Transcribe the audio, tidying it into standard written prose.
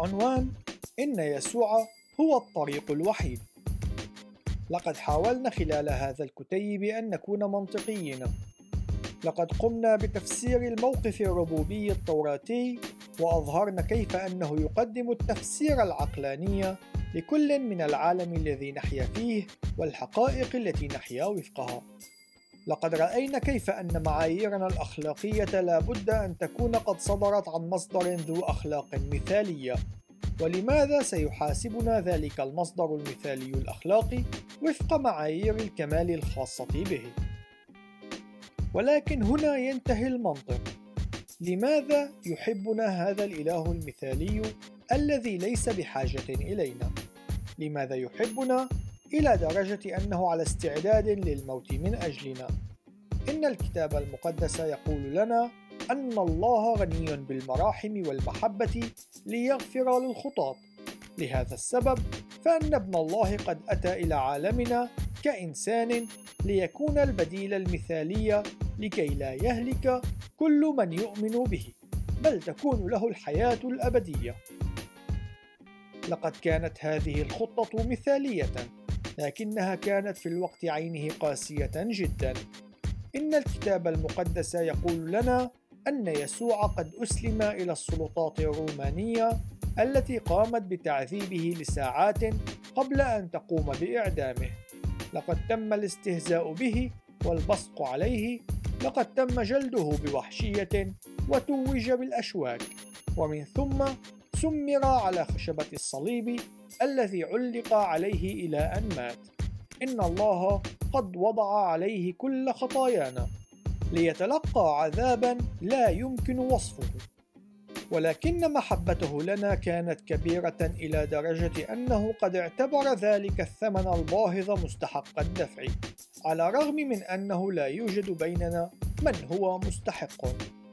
بعنوان إن يسوع هو الطريق الوحيد. لقد حاولنا خلال هذا الكتيب أن نكون منطقيين. لقد قمنا بتفسير الموقف الربوبي التوراتي، وأظهرنا كيف أنه يقدم التفسير العقلاني لكل من العالم الذي نحيا فيه والحقائق التي نحيا وفقها. لقد رأينا كيف أن معاييرنا الأخلاقية لا بد أن تكون قد صدرت عن مصدر ذو أخلاق مثالية، ولماذا سيحاسبنا ذلك المصدر المثالي الأخلاقي وفق معايير الكمال الخاصة به. ولكن هنا ينتهي المنطق. لماذا يحبنا هذا الإله المثالي الذي ليس بحاجة إلينا؟ لماذا يحبنا إلى درجة أنه على استعداد للموت من أجلنا؟ إن الكتاب المقدس يقول لنا أن الله غني بالمراحم والمحبة ليغفر للخطاة. لهذا السبب فإن ابن الله قد أتى إلى عالمنا كإنسان ليكون البديل المثالي لكي لا يهلك كل من يؤمن به، بل تكون له الحياة الأبدية. لقد كانت هذه الخطة مثالية، لكنها كانت في الوقت عينه قاسية جدا. إن الكتاب المقدس يقول لنا أن يسوع قد أسلم إلى السلطات الرومانية التي قامت بتعذيبه لساعات قبل أن تقوم بإعدامه. لقد تم الاستهزاء به والبصق عليه، لقد تم جلده بوحشية وتوج بالأشواك، ومن ثم سمر على خشبة الصليب الذي علق عليه إلى أن مات. إن الله قد وضع عليه كل خطايانا ليتلقى عذابا لا يمكن وصفه، ولكن محبته لنا كانت كبيرة إلى درجة أنه قد اعتبر ذلك الثمن الباهظ مستحق الدفع، على الرغم من أنه لا يوجد بيننا من هو مستحق.